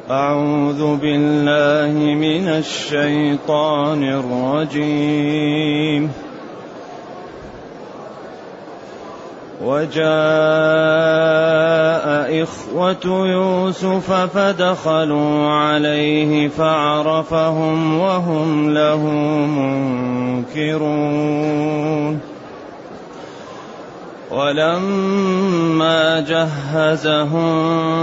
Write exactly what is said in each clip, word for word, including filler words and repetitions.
أعوذ بالله من الشيطان الرجيم. وجاء إخوة يوسف فدخلوا عليه فعرفهم وهم له منكرون. ولما جهزهم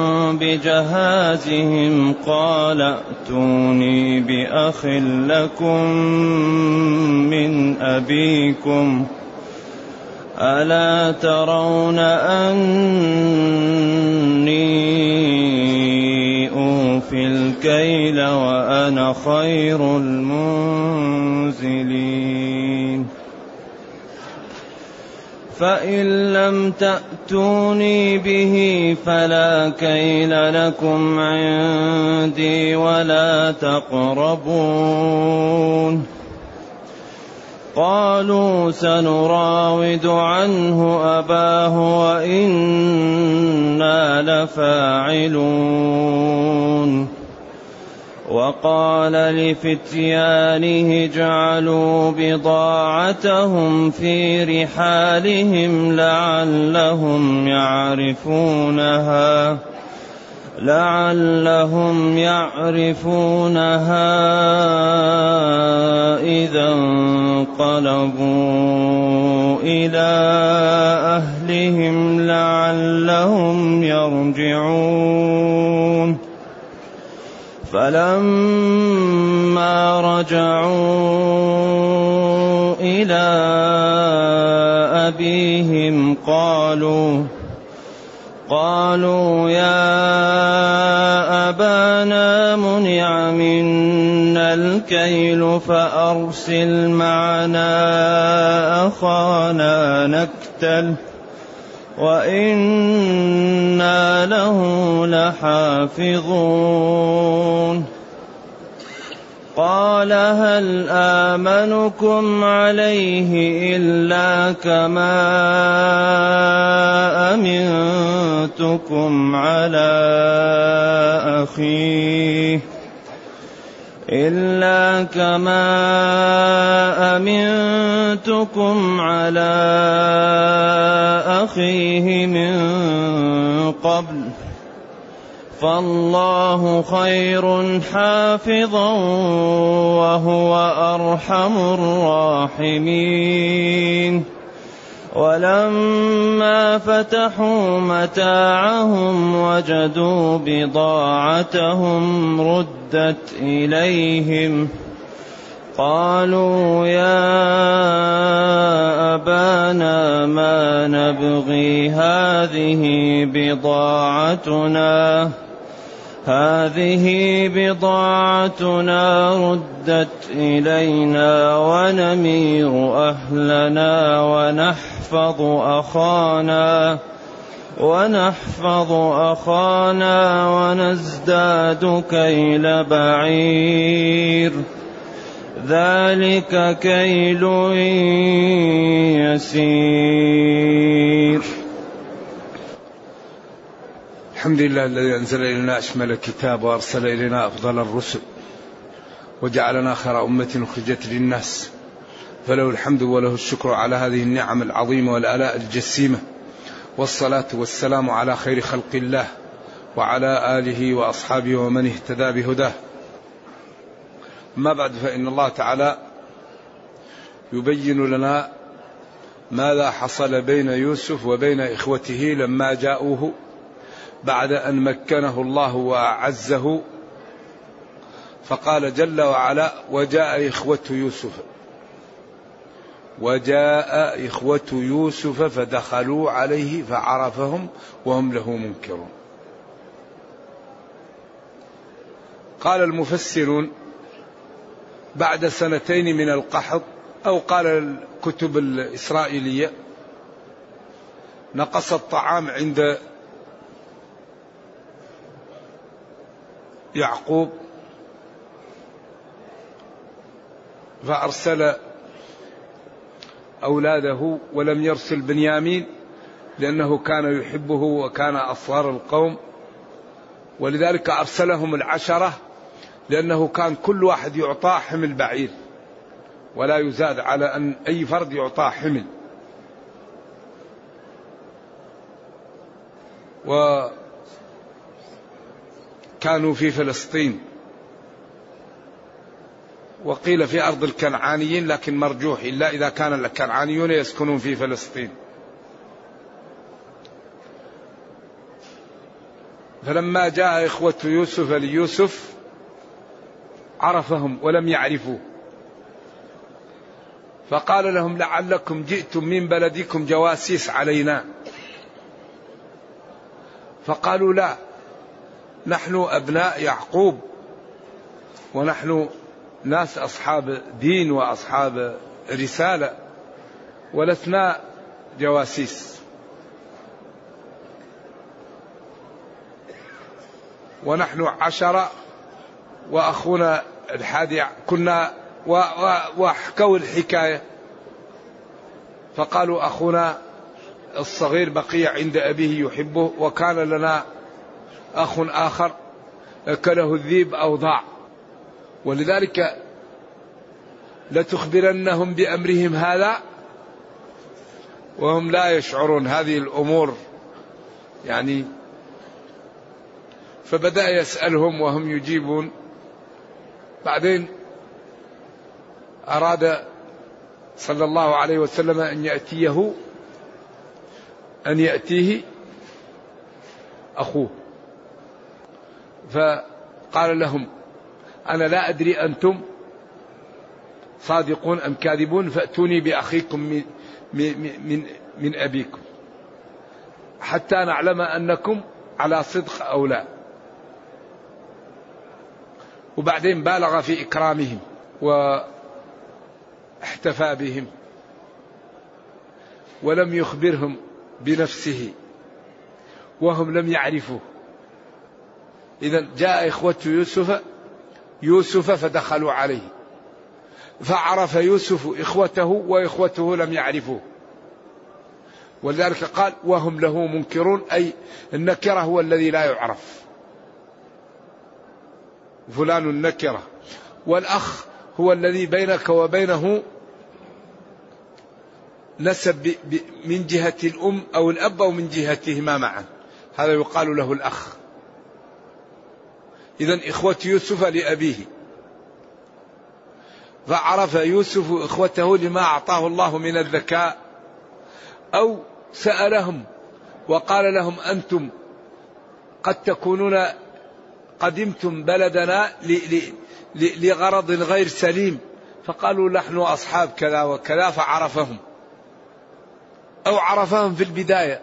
بجهازهم قال ائتوني بأخ لكم من أبيكم ألا ترون أني أوفي الكيل وأنا خير المنزلين. فإن لم تأتوني به فلا كيل لكم عندي ولا تقربون. قالوا سنراود عنه أباه وإنا لفاعلون. وقال لفتيانه اجعلوا بضاعتهم في رحالهم لعلهم يعرفونها لعلهم يعرفونها إذا انقلبوا إلى أهلهم لعلهم يرجعون. فلما رجعوا إلى أبيهم قالوا قالوا يا أبانا منع منا الكيل فأرسل معنا أخانا نكتل وإنا له لحافظون. قال هل آمنكم عليه إلا كما أمنتكم على أخيه إلا كما أمنتكم على أخيه من قبل فالله خير حافظا وهو أرحم الراحمين. ولما فتحوا متاعهم وجدوا بضاعتهم ردت إليهم قالوا يا أبانا ما نبغي هذه بضاعتنا هذه بضاعتنا ردت إلينا ونمير أهلنا ونحفظ أخانا ونحفظ أخانا ونزداد كيل بعير ذلك كيل يسير. الحمد لله الذي أنزل إلينا أشمل الكتاب وأرسل إلينا أفضل الرسل وجعلنا خير أمة أخرجت للناس فله الحمد وله الشكر على هذه النعم العظيمة والآلاء الجسيمة. والصلاة والسلام على خير خلق الله وعلى آله وأصحابه ومن اهتدى بهداه. ما بعد، فإن الله تعالى يبين لنا ماذا حصل بين يوسف وبين إخوته لما جاءوه بعد أن مكنه الله وأعزه. فقال جل وعلا وجاء إخوة يوسف وجاء إخوة يوسف فدخلوا عليه فعرفهم وهم له منكرون. قال المفسرون بعد سنتين من القحط، أو قال الكتب الإسرائيلية نقص الطعام عند يعقوب فأرسل أولاده ولم يرسل بنيامين لأنه كان يحبه وكان أصغر القوم، ولذلك أرسلهم العشرة، لأنه كان كل واحد يعطى حمل بعير، ولا يزاد على أن أي فرد يعطى حمل. وكانوا في فلسطين، وقيل في أرض الكنعانيين، لكن مرجوح إلا إذا كان الكنعانيون يسكنون في فلسطين. فلما جاء إخوة يوسف ليوسف عرفهم ولم يعرفوه، فقال لهم لعلكم جئتم من بلدكم جواسيس علينا. فقالوا لا، نحن أبناء يعقوب، ونحن ناس أصحاب دين وأصحاب رسالة، ولسنا جواسيس، ونحن عشرة وأخونا الحادي كنا. وحكوا الحكاية، فقالوا أخونا الصغير بقي عند أبيه يحبه، وكان لنا أخ آخر أكله الذيب أو ضاع، ولذلك لتخبرنهم بأمرهم هذا وهم لا يشعرون هذه الأمور يعني. فبدأ يسألهم وهم يجيبون. بعدين أراد صلى الله عليه وسلم أن يأتيه أن يأتيه أخوه، فقال لهم أنا لا أدري أنتم صادقون أم كاذبون، فأتوني بأخيكم من, من, من أبيكم حتى نعلم أنكم على صدق أو لا. وبعدين بالغ في إكرامهم واحتفى بهم، ولم يخبرهم بنفسه وهم لم يعرفوه. إذن جاء إخوة يوسف يوسف فدخلوا عليه، فعرف يوسف إخوته وإخوته لم يعرفوه، ولذلك قال وهم له منكرون، أي النكرة هو الذي لا يعرف، فلان النكرة، والأخ هو الذي بينك وبينه نسب من جهة الأم أو الأب أو من جهتهما معا، هذا يقال له الأخ. إذن إخوة يوسف لأبيه، فعرف يوسف إخوته لما أعطاه الله من الذكاء، أو سألهم وقال لهم أنتم قد تكونون قدمتم بلدنا لغرض غير سليم، فقالوا نحن أصحاب كذا وكذا، فعرفهم أو عرفهم في البداية.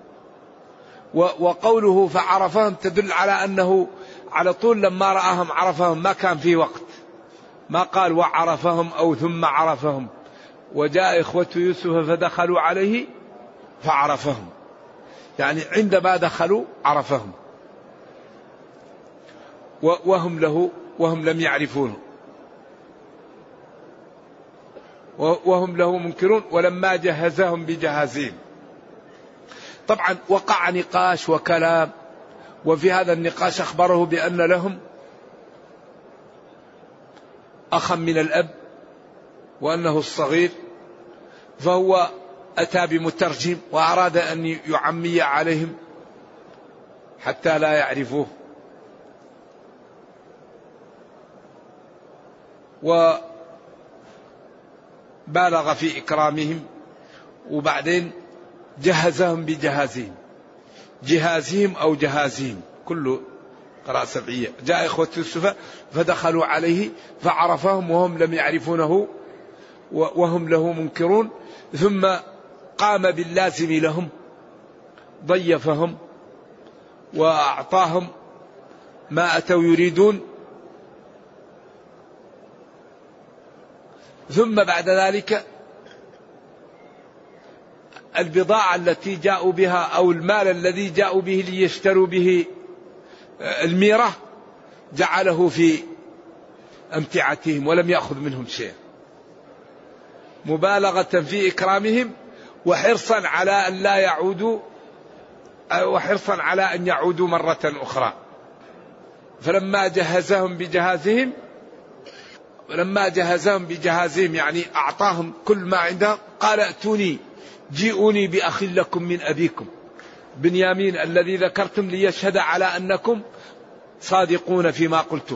وقوله فعرفهم تدل على أنه على طول لما رآهم عرفهم، ما كان في وقت، ما قال وعرفهم أو ثم عرفهم. وجاء إخوة يوسف فدخلوا عليه فعرفهم، يعني عندما دخلوا عرفهم وهم له وهم لم يعرفونه وهم له منكرون. ولما جهزهم بجهازهم، طبعا وقع نقاش وكلام، وفي هذا النقاش أخبره بأن لهم أخا من الأب وأنه الصغير، فهو أتى بمترجم وأراد أن يعمي عليهم حتى لا يعرفوه. وبالغ في إكرامهم، وبعدين جهزهم بجهازهم، جهازهم أو جهازهم كله قراءة سبعية. جاء إخوة يوسف فدخلوا عليه فعرفهم وهم لم يعرفونه وهم له منكرون، ثم قام باللازم لهم، ضيفهم وأعطاهم ما أتوا يريدون. ثم بعد ذلك البضاعة التي جاءوا بها أو المال الذي جاءوا به ليشتروا به الميرة جعله في أمتعتهم ولم يأخذ منهم شيء، مبالغة في إكرامهم وحرصا على أن لا يعودوا، وحرصا على أن يعودوا مرة أخرى. فلما جهزهم بجهازهم لما جهزهم بجهازهم يعني أعطاهم كل ما عندهم قال ائتوني جيئوني بأخ لكم من أبيكم بنيامين الذي ذكرتم ليشهد على أنكم صادقون فيما قلتم.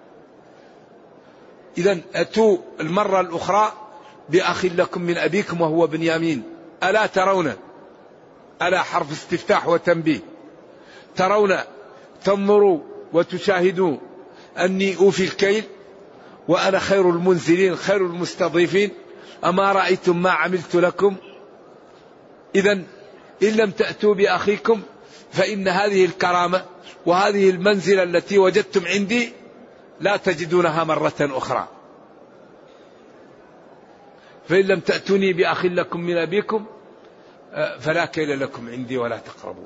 إذن أتوا المرة الأخرى بأخ لكم من أبيكم وهو بنيامين. ألا ترون، ألا حرف استفتاح وتنبيه، ترون تنظروا وتشاهدوا أني أوفي الكيل وأنا خير المنزلين خير المستضيفين، أما رأيتم ما عملت لكم؟ إذن إن لم تأتوا بأخيكم فإن هذه الكرامة وهذه المنزلة التي وجدتم عندي لا تجدونها مرة أخرى. فإن لم تأتوني بأخ لكم من أبيكم فلا كيل لكم عندي ولا تقربوا.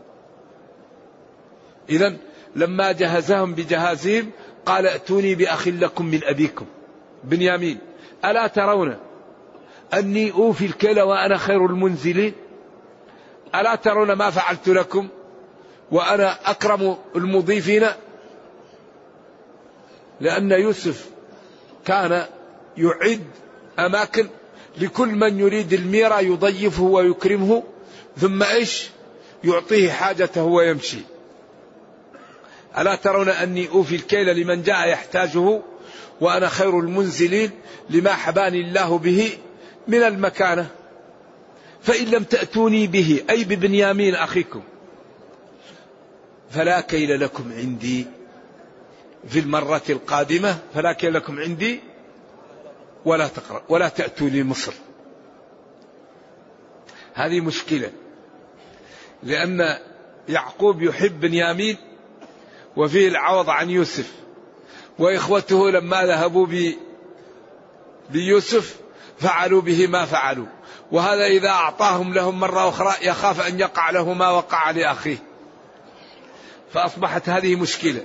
إذن لما جهزهم بجهازهم قال ائتوني بأخ لكم من أبيكم بنيامين ألا ترون أني أوفي الكيل وأنا خير المنزلين؟ ألا ترون ما فعلت لكم وأنا أكرم المضيفين؟ لأن يوسف كان يعد أماكن لكل من يريد الميرة يضيفه ويكرمه، ثم إيش يعطيه حاجته ويمشي. ألا ترون أني أوفي الكيل لمن جاء يحتاجه وأنا خير المنزلين لما حباني الله به من المكانة. فإن لم تأتوني به أي ببنيامين أخيكم فلا كيل لكم عندي في المرة القادمة، فلا كيل لكم عندي ولا تقرأ ولا تأتوا لي مصر. هذه مشكلة، لأن يعقوب يحب بنيامين وفيه العوض عن يوسف، وإخوته لما ذهبوا بيوسف فعلوا به ما فعلوا، وهذا إذا أعطاهم لهم مرة أخرى يخاف أن يقع له ما وقع لأخيه، فأصبحت هذه مشكلة.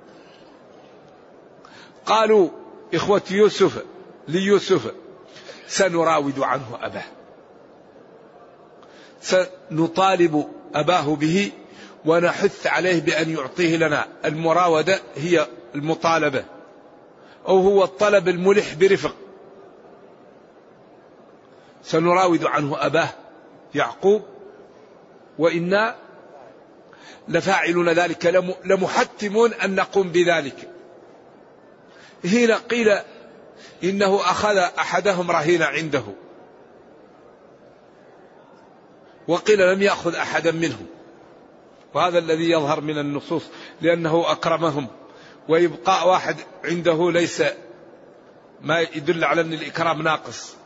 قالوا إخوة يوسف ليوسف سنراود عنه أباه، سنطالب أباه به ونحث عليه بأن يعطيه لنا. المراودة هي المطالبة أو هو الطلب الملح برفق. سنراود عنه أباه يعقوب وإنا لفاعلون ذلك لمحتمون أن نقوم بذلك. هنا قيل إنه أخذ أحدهم رهينا عنده، وقيل لم يأخذ أحدا منهم، وهذا الذي يظهر من النصوص لأنه أكرمهم، ويبقى واحد عنده ليس ما يدل على أن الإكرام ناقص.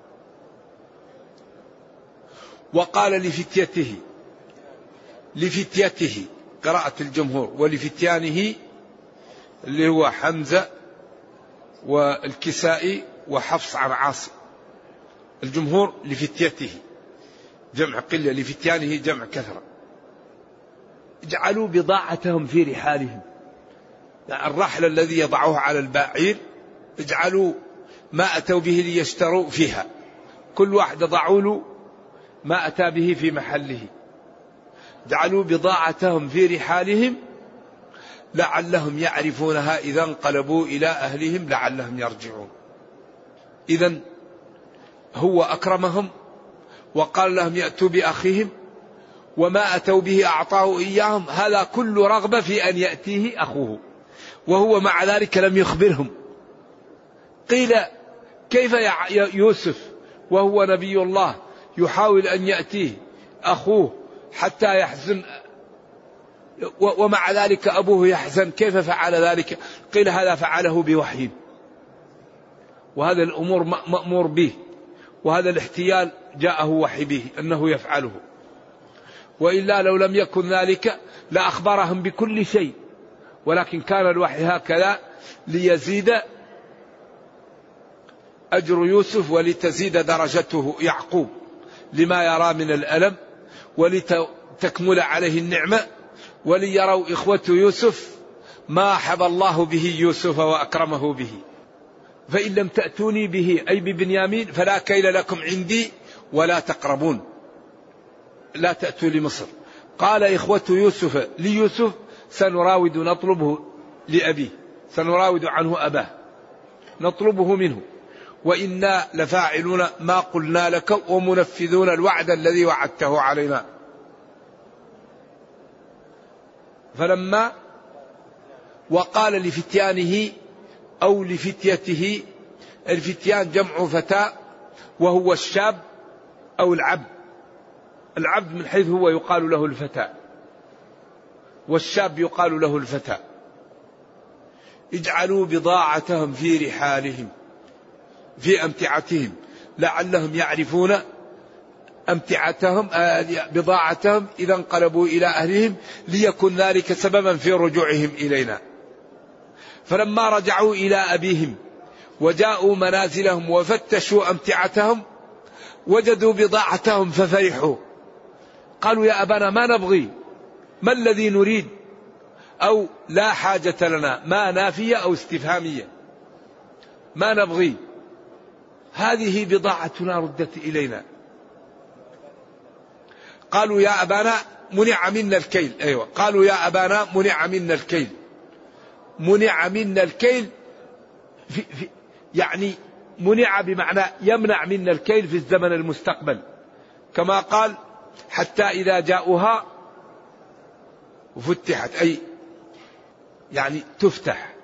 وقال لفتيته لفتيته قراءة الجمهور ولفتيانه اللي هو حمزة والكسائي وحفص عن عاصم. الجمهور لفتيته جمع قلة، لفتيانه جمع كثرة. اجعلوا بضاعتهم في رحالهم، يعني الرحل الذي يضعوه على البعير اجعلوا ما أتوا به ليشتروا فيها، كل واحد ضعوا له ما أتى به في محله. جعلوا بضاعتهم في رحالهم لعلهم يعرفونها إذا انقلبوا إلى أهلهم لعلهم يرجعون. إذن هو أكرمهم وقال لهم يأتوا بأخيهم، وما أتوا به أعطاه إياهم، هذا كل رغبة في أن يأتيه أخوه، وهو مع ذلك لم يخبرهم. قيل كيف يوسف وهو نبي الله يحاول أن يأتيه أخوه حتى يحزن ومع ذلك أبوه يحزن، كيف فعل ذلك؟ قيل هذا فعله بوحي، وهذا الأمور مأمور به، وهذا الاحتيال جاءه وحي به أنه يفعله، وإلا لو لم يكن ذلك لأخبرهم بكل شيء، ولكن كان الوحي هكذا ليزيد أجر يوسف ولتزيد درجته يعقوب لما يرى من الألم، ولتكمل عليه النعمة، وليروا إخوة يوسف ما حب الله به يوسف وأكرمه به. فإن لم تأتوني به أي ببنيامين فلا كيل لكم عندي ولا تقربون، لا تأتوا لمصر. قال إخوة يوسف ليوسف سنراود نطلبه لأبيه، سنراود عنه أباه نطلبه منه، وإنا لفاعلون ما قلنا لك ومنفذون الوعد الذي وعدته علينا. فلما وقال لفتيانه أو لفتيته، الفتيان جمع فتاة وهو الشاب أو العبد، العبد من حيث هو يقال له الفتى، والشاب يقال له الفتى. اجعلوا بضاعتهم في رحالهم في أمتعتهم لعلهم يعرفون أمتعتهم بضاعتهم إذا انقلبوا إلى أهلهم ليكن ذلك سببا في رجوعهم إلينا. فلما رجعوا إلى أبيهم وجاءوا منازلهم وفتشوا أمتعتهم وجدوا بضاعتهم ففرحوا، قالوا يا أبانا ما نبغي، ما الذي نريد، أو لا حاجة لنا، ما نافية أو استفهامية، ما نبغي، هذه بضاعتنا ردت إلينا. قالوا يا أبانا منع منا الكيل، أيوة قالوا يا أبانا منع منا الكيل، منع منا الكيل في في يعني منع بمعنى يمنع منا الكيل في الزمن المستقبل، كما قال حتى إذا جاءوها وفتحت، أي يعني تفتح،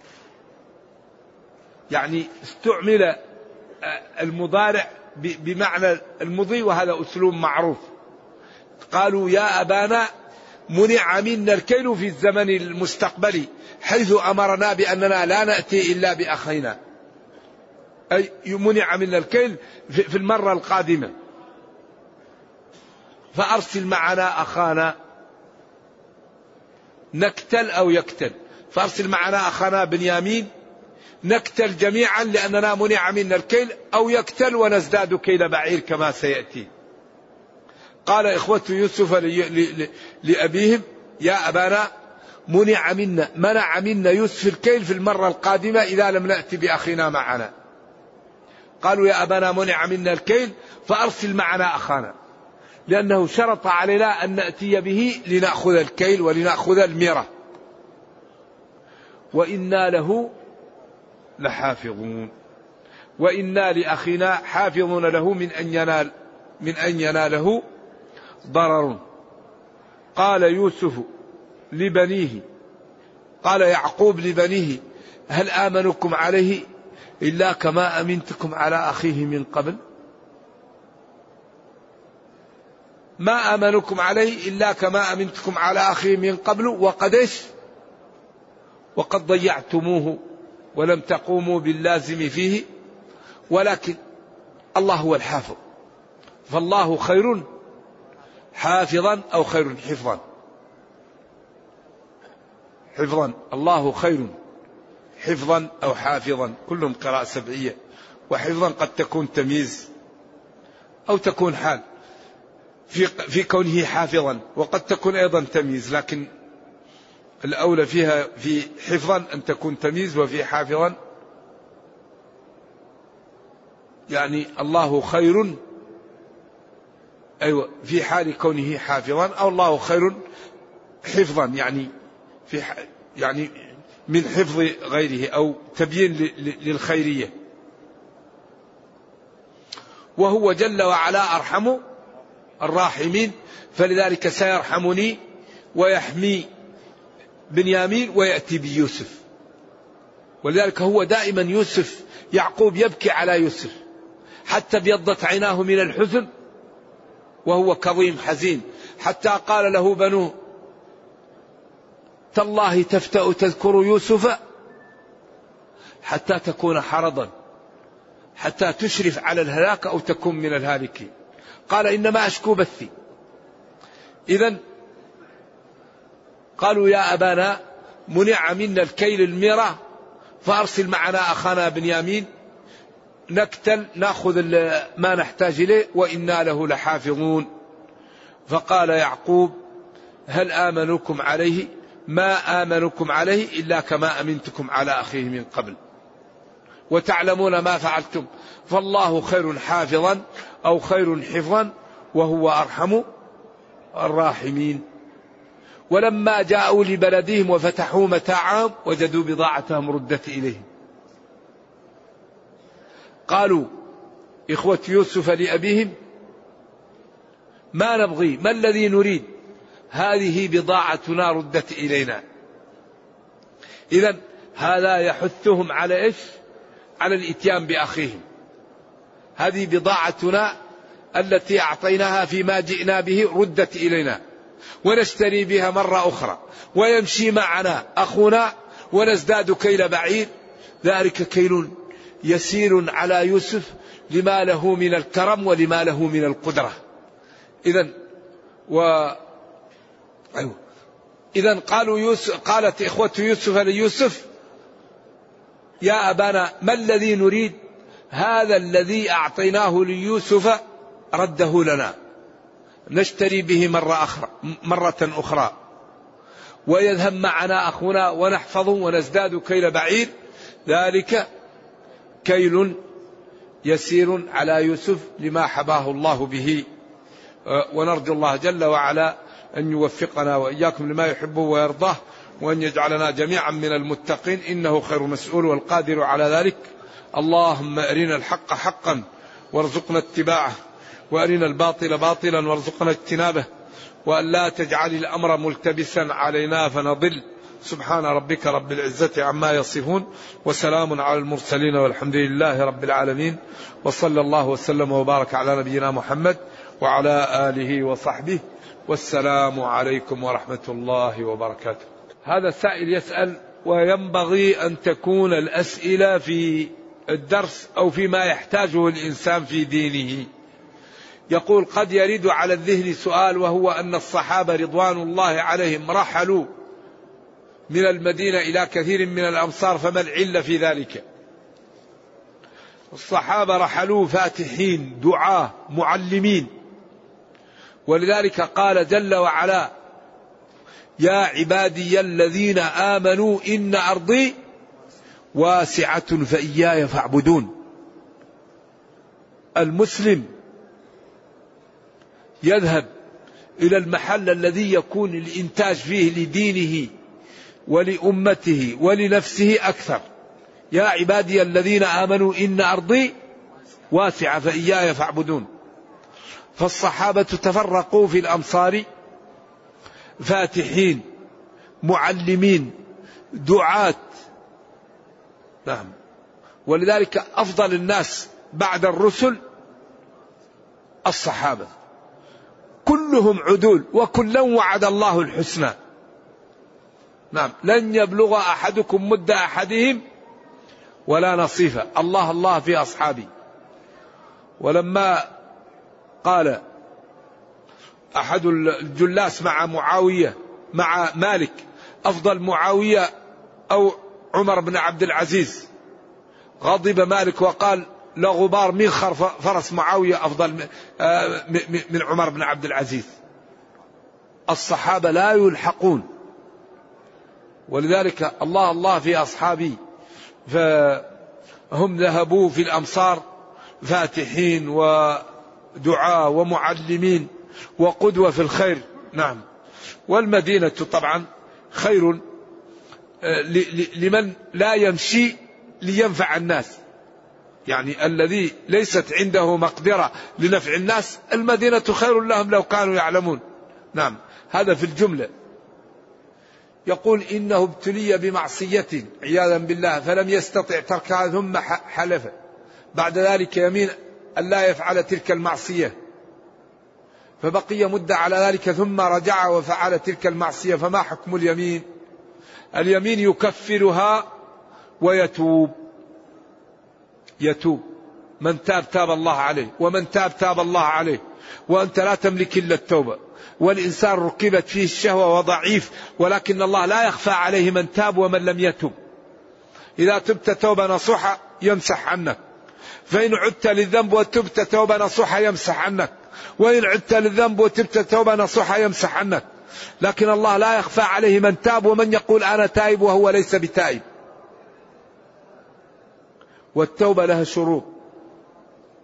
يعني استعمل المضارع بمعنى المضي، وهذا أسلوب معروف. قالوا يا أبانا منع منا الكيل في الزمن المستقبلي حيث أمرنا بأننا لا نأتي إلا بأخينا، أي منع منا الكيل في المرة القادمة، فأرسل معنا أخانا نكتل أو يكتل، فأرسل معنا أخانا بنيامين نكتل جميعا لأننا منع منا الكيل، أو يكتل ونزداد كيل بعير كما سيأتي. قال إخوة يوسف لأبيهم يا أبانا منع منا منع منا يوسف الكيل في المرة القادمة إذا لم نأتي بأخينا معنا. قالوا يا أبانا منع منا الكيل فأرسل معنا أخانا، لأنه شرط علينا أن نأتي به لنأخذ الكيل ولنأخذ الميرة، وإنا له لحافظون، وإنا لأخينا حافظون له من أن ينال من أن يناله ضرر. قال يوسف لبنيه، قال يعقوب لبنيه هل آمنكم عليه إلا كما أمنتكم على أخيه من قبل، ما آمنكم عليه إلا كما أمنتكم على أخيه من قبل، وقد إيش وقد ضيعتموه ولم تقوموا باللازم فيه، ولكن الله هو الحافظ، فالله خير حافظا أو خير حفظا. حفظا الله خير حفظا أو حافظا، كلهم قراءة سبعية. وحفظا قد تكون تمييز أو تكون حال في في كونه حافظا، وقد تكون أيضا تمييز، لكن الأولى فيها في حفظا أن تكون تمييز، وفي حافظا يعني الله خير، أيوة في حال كونه حافظا، أو الله خير حفظا يعني في يعني من حفظ غيره أو تبيين للخيرية. وهو جل وعلا أرحم الراحمين، فلذلك سيرحمني ويحمي بنيامين ويأتي بيوسف. ولذلك هو دائما يوسف يعقوب يبكي على يوسف حتى ابيضت عيناه من الحزن وهو كظيم حزين، حتى قال له بنوه تالله تفتأ تذكر يوسف حتى تكون حرضا، حتى تشرف على الهلاك أو تكون من الهالكين. قال إنما أشكو بثي. إذن قالوا يا أبانا منع منا الكيل الميرة فأرسل معنا أخانا بنيامين نكتل نأخذ ما نحتاج إليه وإنا له لحافظون. فقال يعقوب هل آمنكم عليه ما آمنكم عليه إلا كما أمنتكم على أخيه من قبل، وتعلمون ما فعلتم، فالله خير حافظا أو خير حفظا وهو أرحم الراحمين. ولما جاءوا لبلدهم وفتحوا متاعهم وجدوا بضاعتهم ردت إليهم. قالوا إخوة يوسف لأبيهم ما نبغي، ما الذي نريد؟ هذه بضاعتنا ردت إلينا. إذن هذا يحثهم على إيش؟ على الإتيان بأخيهم. هذه بضاعتنا التي أعطيناها فيما جئنا به ردت إلينا، ونشتري بها مرة أخرى، ويمشي معنا أخونا ونزداد كيل بعير، ذلك كيل يسير على يوسف لما له من الكرم ولما له من القدرة. إذن و أيوه. إذن قالوا يوسف، قالت إخوة يوسف ليوسف يا أبانا ما الذي نريد؟ هذا الذي أعطيناه ليوسف رده لنا، نشتري به مرة أخرى مرة أخرى ويذهب معنا أخونا ونحفظه ونزداد كيل بعير، ذلك كيل يسير على يوسف لما حباه الله به. ونرجو الله جل وعلا أن يوفقنا وإياكم لما يحبه ويرضاه، وأن يجعلنا جميعا من المتقين، إنه خير مسؤول والقادر على ذلك. اللهم أرنا الحق حقا وارزقنا اتباعه، وأرنا الباطل باطلا وارزقنا اجتنابه، وأن لا تجعل الأمر ملتبسا علينا فنضل. سبحان ربك رب العزة عما يصفون، وسلام على المرسلين، والحمد لله رب العالمين، وصلى الله وسلم وبارك على نبينا محمد وعلى آله وصحبه، والسلام عليكم ورحمة الله وبركاته. هذا السائل يسأل: وينبغي أن تكون الأسئلة في الدرس أو فيما يحتاجه الإنسان في دينه. يقول: قد يرد على الذهن سؤال، وهو أن الصحابة رضوان الله عليهم رحلوا من المدينة إلى كثير من الأمصار، فما العلة في ذلك؟ الصحابة رحلوا فاتحين دعاة معلمين، ولذلك قال جل وعلا: يا عبادي الذين آمنوا إن أرضي واسعة فإياي فاعبدون. المسلم يذهب إلى المحل الذي يكون الإنتاج فيه لدينه ولأمته ولنفسه أكثر. يا عبادي الذين آمنوا إن أرضي واسعة فإياي فاعبدون. فالصحابة تفرقوا في الأمصار فاتحين معلمين دعاة. نعم. ولذلك أفضل الناس بعد الرسل الصحابة، كلهم عدول، وكلا وعد الله الحسنى. نعم. لن يبلغ أحدكم مد أحدهم ولا نصيفه. الله الله في أصحابي. ولما قال أحد الجلاس مع معاوية مع مالك: أفضل معاوية أو عمر بن عبد العزيز؟ غضب مالك وقال: لا غبار منخر فرس معاوية أفضل من عمر بن عبد العزيز. الصحابة لا يلحقون، ولذلك الله الله في أصحابي. فهم ذهبوا في الأمصار فاتحين ودعاء ومعلمين وقدوة في الخير. نعم. والمدينة طبعا خير لمن لا يمشي لينفع الناس، يعني الذي ليست عنده مقدرة لنفع الناس، المدينة خير لهم لو كانوا يعلمون. نعم. هذا في الجملة. يقول: إنه ابتلي بمعصية عياذا بالله فلم يستطع تركها، ثم حلف بعد ذلك يمين أن لا يفعل تلك المعصية، فبقي مدة على ذلك ثم رجع وفعل تلك المعصية، فما حكم اليمين؟ اليمين يكفرها ويتوب. يتوب. من تاب تاب الله عليه، ومن تاب تاب الله عليه، وأنت لا تملك إلا التوبة. والإنسان ركبت فيه الشهوة وضعيف، ولكن الله لا يخفى عليه من تاب ومن لم يتب. إذا تبت توبة نصوحة يمسح عنك، فإن عدت للذنب وتبت توبة نصوحة يمسح عنك، وإن عدت للذنب وتبت توبة نصوحة يمسح عنك. لكن الله لا يخفى عليه من تاب، ومن يقول أنا تائب وهو ليس بتائب. والتوبة لها شروط: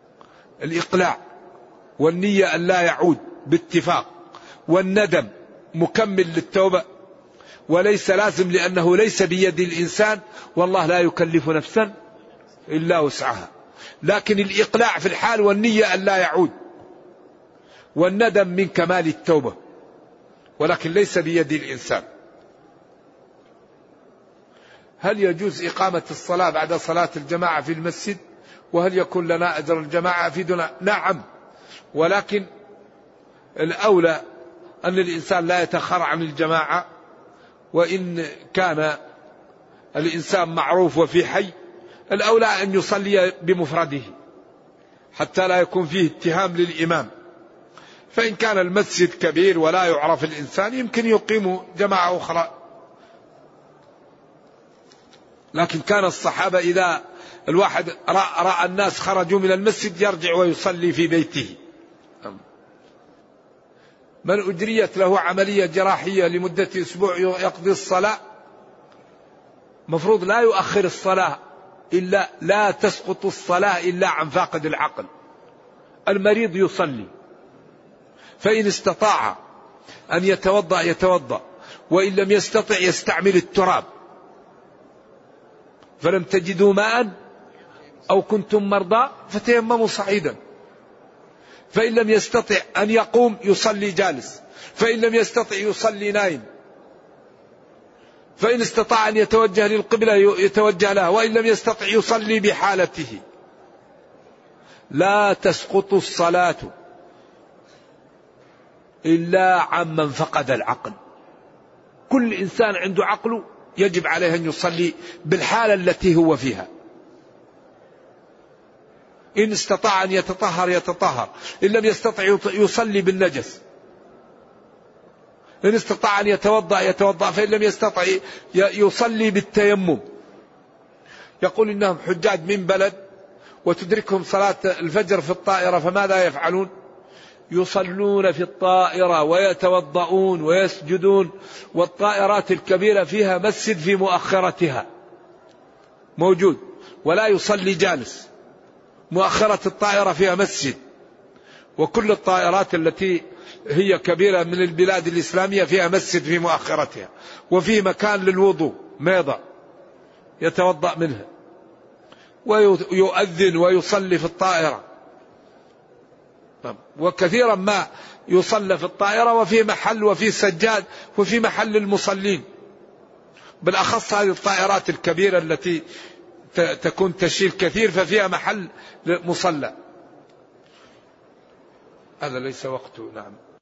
الإقلاع، والنية أن لا يعود باتفاق، والندم مكمل للتوبة وليس لازم، لأنه ليس بيد الإنسان، والله لا يكلف نفسا إلا وسعها. لكن الإقلاع في الحال والنية أن لا يعود، والندم من كمال التوبة، ولكن ليس بيد الإنسان. هل يجوز إقامة الصلاة بعد صلاة الجماعة في المسجد؟ وهل يكون لنا أجر الجماعة في دون؟ نعم، ولكن الأولى أن الإنسان لا يتأخر عن الجماعة، وإن كان الإنسان معروف وفي حي الأولى أن يصلي بمفرده حتى لا يكون فيه اتهام للإمام. فإن كان المسجد كبير ولا يعرف الإنسان يمكن يقيم جماعة أخرى. لكن كان الصحابة إذا الواحد رأى الناس خرجوا من المسجد يرجع ويصلي في بيته. من أجريت له عملية جراحية لمدة أسبوع يقضي الصلاة، مفروض لا يؤخر الصلاة، إلا لا تسقط الصلاة إلا عن فاقد العقل. المريض يصلي، فإن استطاع أن يتوضأ يتوضأ، وإن لم يستطع يستعمل التراب. فلم تجدوا ماء أو كنتم مرضى فتيمموا صعيدا. فإن لم يستطع أن يقوم يصلي جالس، فإن لم يستطع يصلي نايم، فإن استطاع أن يتوجه للقبلة يتوجه لها، وإن لم يستطع يصلي بحالته. لا تسقط الصلاة إلا عمن فقد العقل. كل إنسان عنده عقله يجب عليه أن يصلي بالحالة التي هو فيها. إن استطاع أن يتطهر يتطهر، إن لم يستطع يصلي بالنجس، إن استطاع أن يتوضأ يتوضأ، فإن لم يستطع يصلي بالتيمم. يقول إنهم حجاج من بلد وتدركهم صلاة الفجر في الطائرة، فماذا يفعلون؟ يصلون في الطائرة ويتوضؤون ويسجدون، والطائرات الكبيرة فيها مسجد في مؤخرتها موجود، ولا يصلي جالس. مؤخرة الطائرة فيها مسجد، وكل الطائرات التي هي كبيرة من البلاد الإسلامية فيها مسجد في مؤخرتها، وفيه مكان للوضوء ميضة يتوضأ منها، ويؤذن ويصلي في الطائرة. وكثيرا ما يصلى في الطائرة وفي محل وفي سجاد وفي محل المصلين، بالأخص هذه الطائرات الكبيرة التي تكون تشيل كثير ففيها محل مصلى. هذا ليس وقته. نعم.